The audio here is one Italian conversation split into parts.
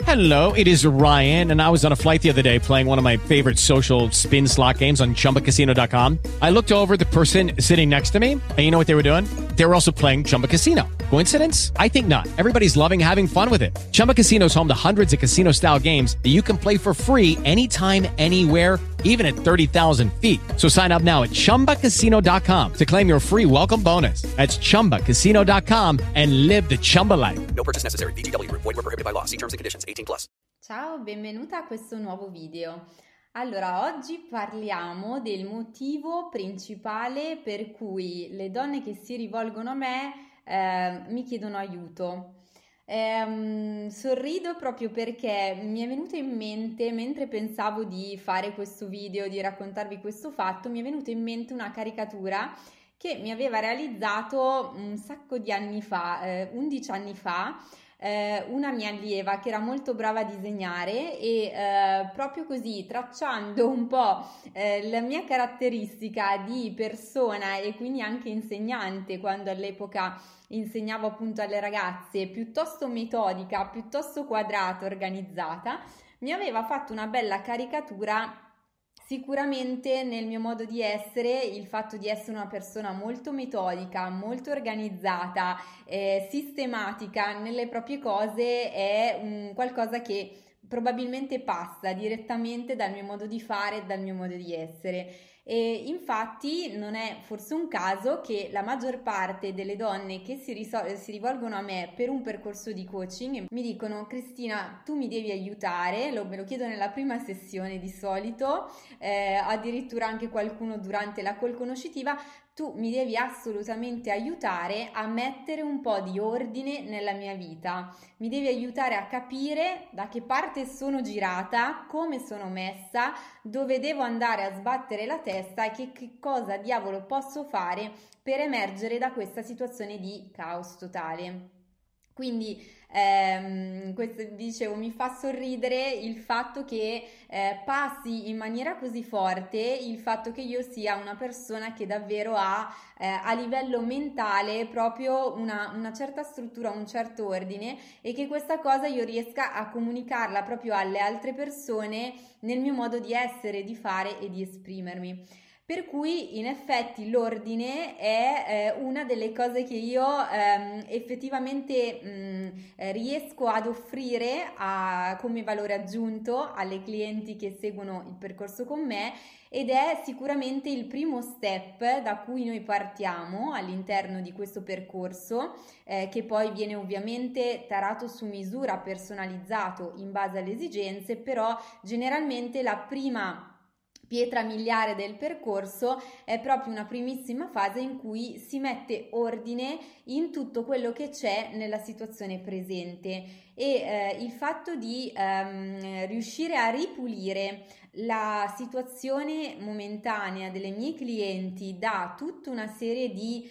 Hello, it is Ryan, and I was on a flight the other day playing one of my favorite social spin slot games on ChumbaCasino.com. I looked over at the person sitting next to me, and you know what they were doing? They were also playing Chumba Casino. Coincidence? I think not. Everybody's loving having fun with it. Chumba Casino is home to hundreds of casino-style games that you can play for free anytime, anywhere, even at 30,000 feet. So sign up now at ChumbaCasino.com to claim your free welcome bonus. That's ChumbaCasino.com and live the Chumba life. No purchase necessary. VGW. Void where prohibited by law. See terms and conditions. 18+. Ciao, benvenuta a questo nuovo video. Allora, oggi parliamo del motivo principale per cui le donne che si rivolgono a me mi chiedono aiuto. Sorrido proprio perché mi è venuto in mente, mentre pensavo di fare questo video, di raccontarvi questo fatto, mi è venuta in mente una caricatura che mi aveva realizzato un sacco di anni fa, 11 anni fa, una mia allieva che era molto brava a disegnare e proprio così, tracciando un po' la mia caratteristica di persona e quindi anche insegnante, quando all'epoca insegnavo appunto alle ragazze, piuttosto metodica, piuttosto quadrata, organizzata, mi aveva fatto una bella caricatura. Sicuramente nel mio modo di essere, il fatto di essere una persona molto metodica, molto organizzata, sistematica nelle proprie cose è qualcosa che probabilmente passa direttamente dal mio modo di fare, dal mio modo di essere. E infatti non è forse un caso che la maggior parte delle donne che si rivolgono a me per un percorso di coaching mi dicono: Cristina, tu mi devi aiutare, me lo chiedo nella prima sessione di solito, addirittura anche qualcuno durante la call conoscitiva, tu mi devi assolutamente aiutare a mettere un po' di ordine nella mia vita, mi devi aiutare a capire da che parte sono girata, come sono messa, dove devo andare a sbattere la testa e che cosa diavolo posso fare per emergere da questa situazione di caos totale. Quindi questo, dicevo, mi fa sorridere il fatto che passi in maniera così forte il fatto che io sia una persona che davvero ha a livello mentale proprio una certa struttura, un certo ordine, e che questa cosa io riesca a comunicarla proprio alle altre persone nel mio modo di essere, di fare e di esprimermi. Per cui in effetti l'ordine è una delle cose che io effettivamente riesco ad offrire come valore aggiunto alle clienti che seguono il percorso con me, ed è sicuramente il primo step da cui noi partiamo all'interno di questo percorso, che poi viene ovviamente tarato su misura, personalizzato in base alle esigenze, però generalmente la prima pietra miliare del percorso è proprio una primissima fase in cui si mette ordine in tutto quello che c'è nella situazione presente, e il fatto di riuscire a ripulire la situazione momentanea delle mie clienti da tutta una serie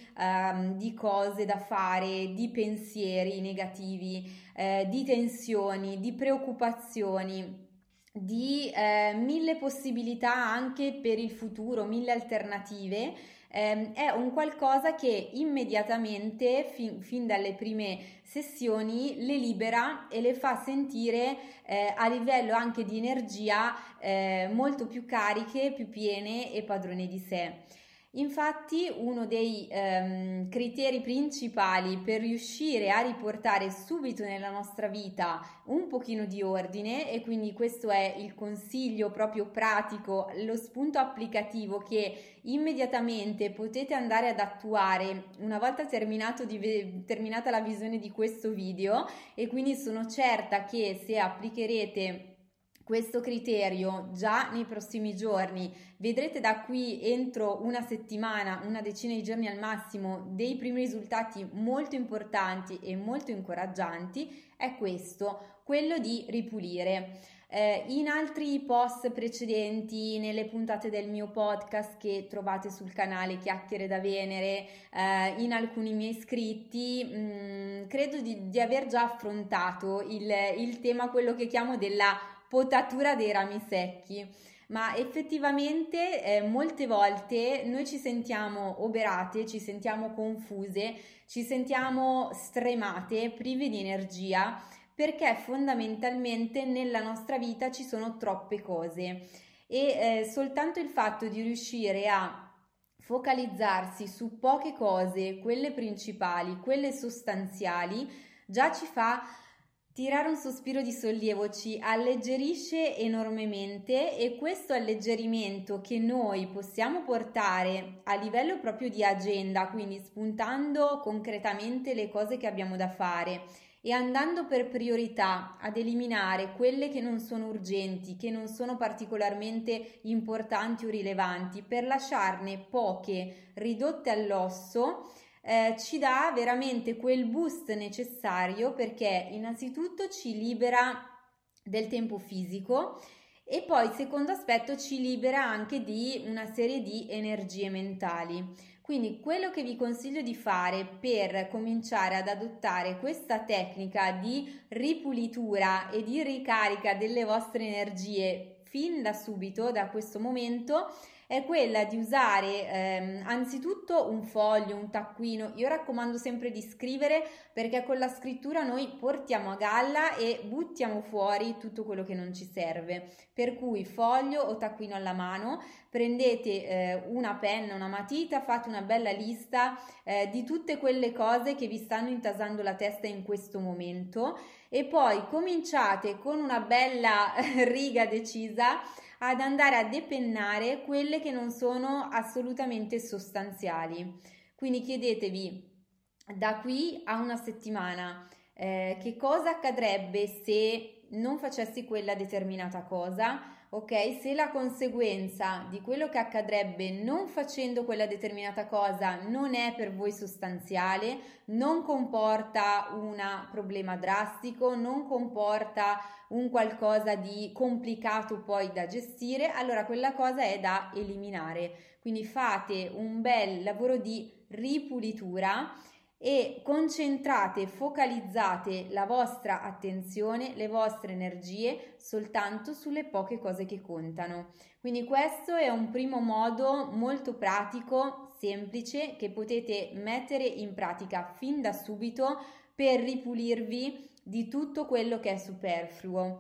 di cose da fare, di pensieri negativi, di tensioni, di preoccupazioni, di mille possibilità anche per il futuro, mille alternative, è un qualcosa che immediatamente, fin dalle prime sessioni, le libera e le fa sentire a livello anche di energia molto più cariche, più piene e padrone di sé. Infatti uno dei criteri principali per riuscire a riportare subito nella nostra vita un pochino di ordine, e quindi questo è il consiglio proprio pratico, lo spunto applicativo che immediatamente potete andare ad attuare una volta terminata la visione di questo video, e quindi sono certa che se applicherete questo criterio già nei prossimi giorni vedrete da qui entro una settimana, una decina di giorni al massimo, dei primi risultati molto importanti e molto incoraggianti. È questo, quello di ripulire. In altri post precedenti, nelle puntate del mio podcast che trovate sul canale Chiacchiere da Venere, in alcuni miei iscritti, credo di aver già affrontato il tema, quello che chiamo della potatura dei rami secchi, ma effettivamente molte volte noi ci sentiamo oberate, ci sentiamo confuse, ci sentiamo stremate, prive di energia, perché fondamentalmente nella nostra vita ci sono troppe cose e soltanto il fatto di riuscire a focalizzarsi su poche cose, quelle principali, quelle sostanziali, già ci fa tirare un sospiro di sollievo, ci alleggerisce enormemente e questo alleggerimento che noi possiamo portare a livello proprio di agenda, quindi spuntando concretamente le cose che abbiamo da fare e andando per priorità ad eliminare quelle che non sono urgenti, che non sono particolarmente importanti o rilevanti, per lasciarne poche ridotte all'osso, ci dà veramente quel boost necessario perché innanzitutto ci libera del tempo fisico e poi secondo aspetto ci libera anche di una serie di energie mentali. Quindi quello che vi consiglio di fare per cominciare ad adottare questa tecnica di ripulitura e di ricarica delle vostre energie fin da subito, da questo momento, è quella di usare anzitutto un foglio, un taccuino. Io raccomando sempre di scrivere perché con la scrittura noi portiamo a galla e buttiamo fuori tutto quello che non ci serve. Per cui foglio o taccuino alla mano, prendete una penna, una matita, fate una bella lista di tutte quelle cose che vi stanno intasando la testa in questo momento e poi cominciate con una bella riga decisa ad andare a depennare quelle che non sono assolutamente sostanziali. Quindi chiedetevi da qui a una settimana che cosa accadrebbe se non facessi quella determinata cosa. Ok, se la conseguenza di quello che accadrebbe non facendo quella determinata cosa non è per voi sostanziale, non comporta un problema drastico, non comporta un qualcosa di complicato poi da gestire, allora quella cosa è da eliminare. Quindi fate un bel lavoro di ripulitura e concentrate, focalizzate la vostra attenzione, le vostre energie soltanto sulle poche cose che contano. Quindi questo è un primo modo molto pratico, semplice, che potete mettere in pratica fin da subito per ripulirvi di tutto quello che è superfluo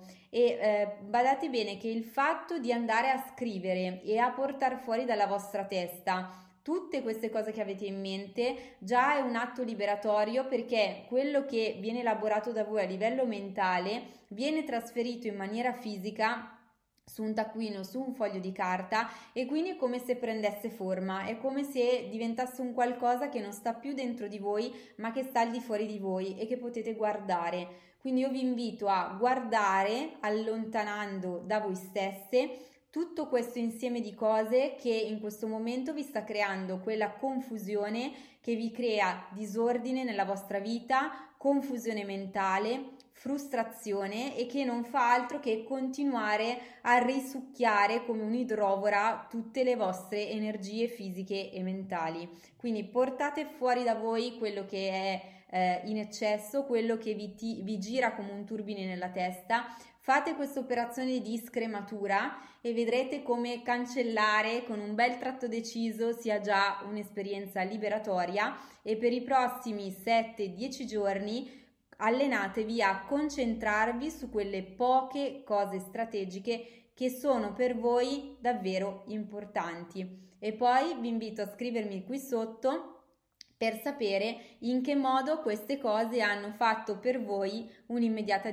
e badate bene che il fatto di andare a scrivere e a portare fuori dalla vostra testa tutte queste cose che avete in mente già è un atto liberatorio perché quello che viene elaborato da voi a livello mentale viene trasferito in maniera fisica su un taccuino, su un foglio di carta e quindi è come se prendesse forma, è come se diventasse un qualcosa che non sta più dentro di voi ma che sta al di fuori di voi e che potete guardare. Quindi io vi invito a guardare allontanando da voi stesse tutto questo insieme di cose che in questo momento vi sta creando quella confusione che vi crea disordine nella vostra vita, confusione mentale, frustrazione e che non fa altro che continuare a risucchiare come un'idrovora tutte le vostre energie fisiche e mentali. Quindi portate fuori da voi quello che è in eccesso, quello che vi gira come un turbine nella testa. Fate questa operazione di scrematura e vedrete come cancellare con un bel tratto deciso sia già un'esperienza liberatoria e per i prossimi 7-10 giorni allenatevi a concentrarvi su quelle poche cose strategiche che sono per voi davvero importanti. E poi vi invito a scrivermi qui sotto per sapere in che modo queste cose hanno fatto per voi un'immediata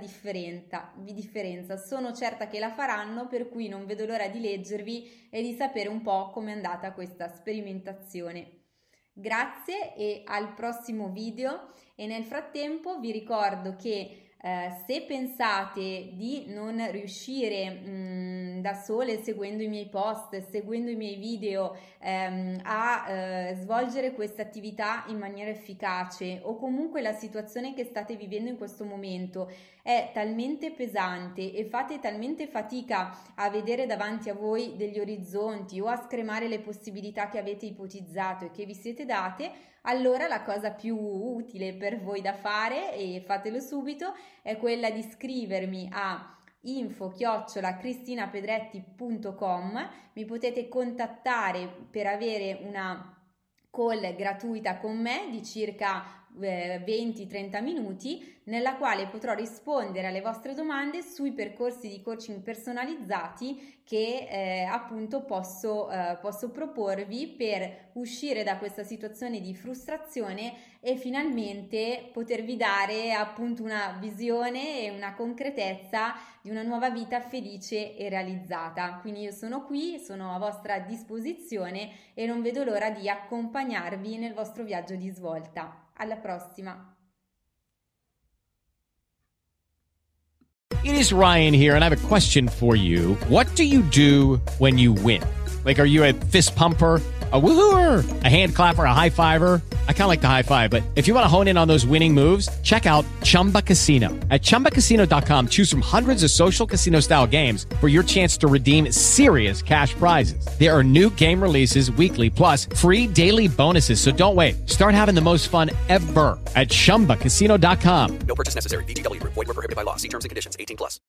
differenza. Sono certa che la faranno, per cui non vedo l'ora di leggervi e di sapere un po' come è andata questa sperimentazione. Grazie e al prossimo video e nel frattempo vi ricordo che se pensate di non riuscire da sole seguendo i miei post, seguendo i miei video a svolgere questa attività in maniera efficace o comunque la situazione che state vivendo in questo momento è talmente pesante e fate talmente fatica a vedere davanti a voi degli orizzonti o a scremare le possibilità che avete ipotizzato e che vi siete date, allora la cosa più utile per voi da fare, e fatelo subito, è quella di scrivermi a info@cristinapedretti.com. Mi potete contattare per avere una call gratuita con me di circa 20-30 minuti, nella quale potrò rispondere alle vostre domande sui percorsi di coaching personalizzati che appunto posso proporvi per uscire da questa situazione di frustrazione e finalmente potervi dare appunto una visione e una concretezza di una nuova vita felice e realizzata. Quindi io sono qui, sono a vostra disposizione e non vedo l'ora di accompagnarvi nel vostro viaggio di svolta. Alla prossima! It is Ryan here, and I have a question for you. What do you do when you win? Like, are you a fist pumper, a woohooer, a hand clapper, a high fiver? I kind of like the high five, but if you want to hone in on those winning moves, check out Chumba Casino. At ChumbaCasino.com, choose from hundreds of social casino-style games for your chance to redeem serious cash prizes. There are new game releases weekly, plus free daily bonuses, so don't wait. Start having the most fun ever at ChumbaCasino.com. No purchase necessary. VGW Group. Void where prohibited by law. See terms and conditions. 18+.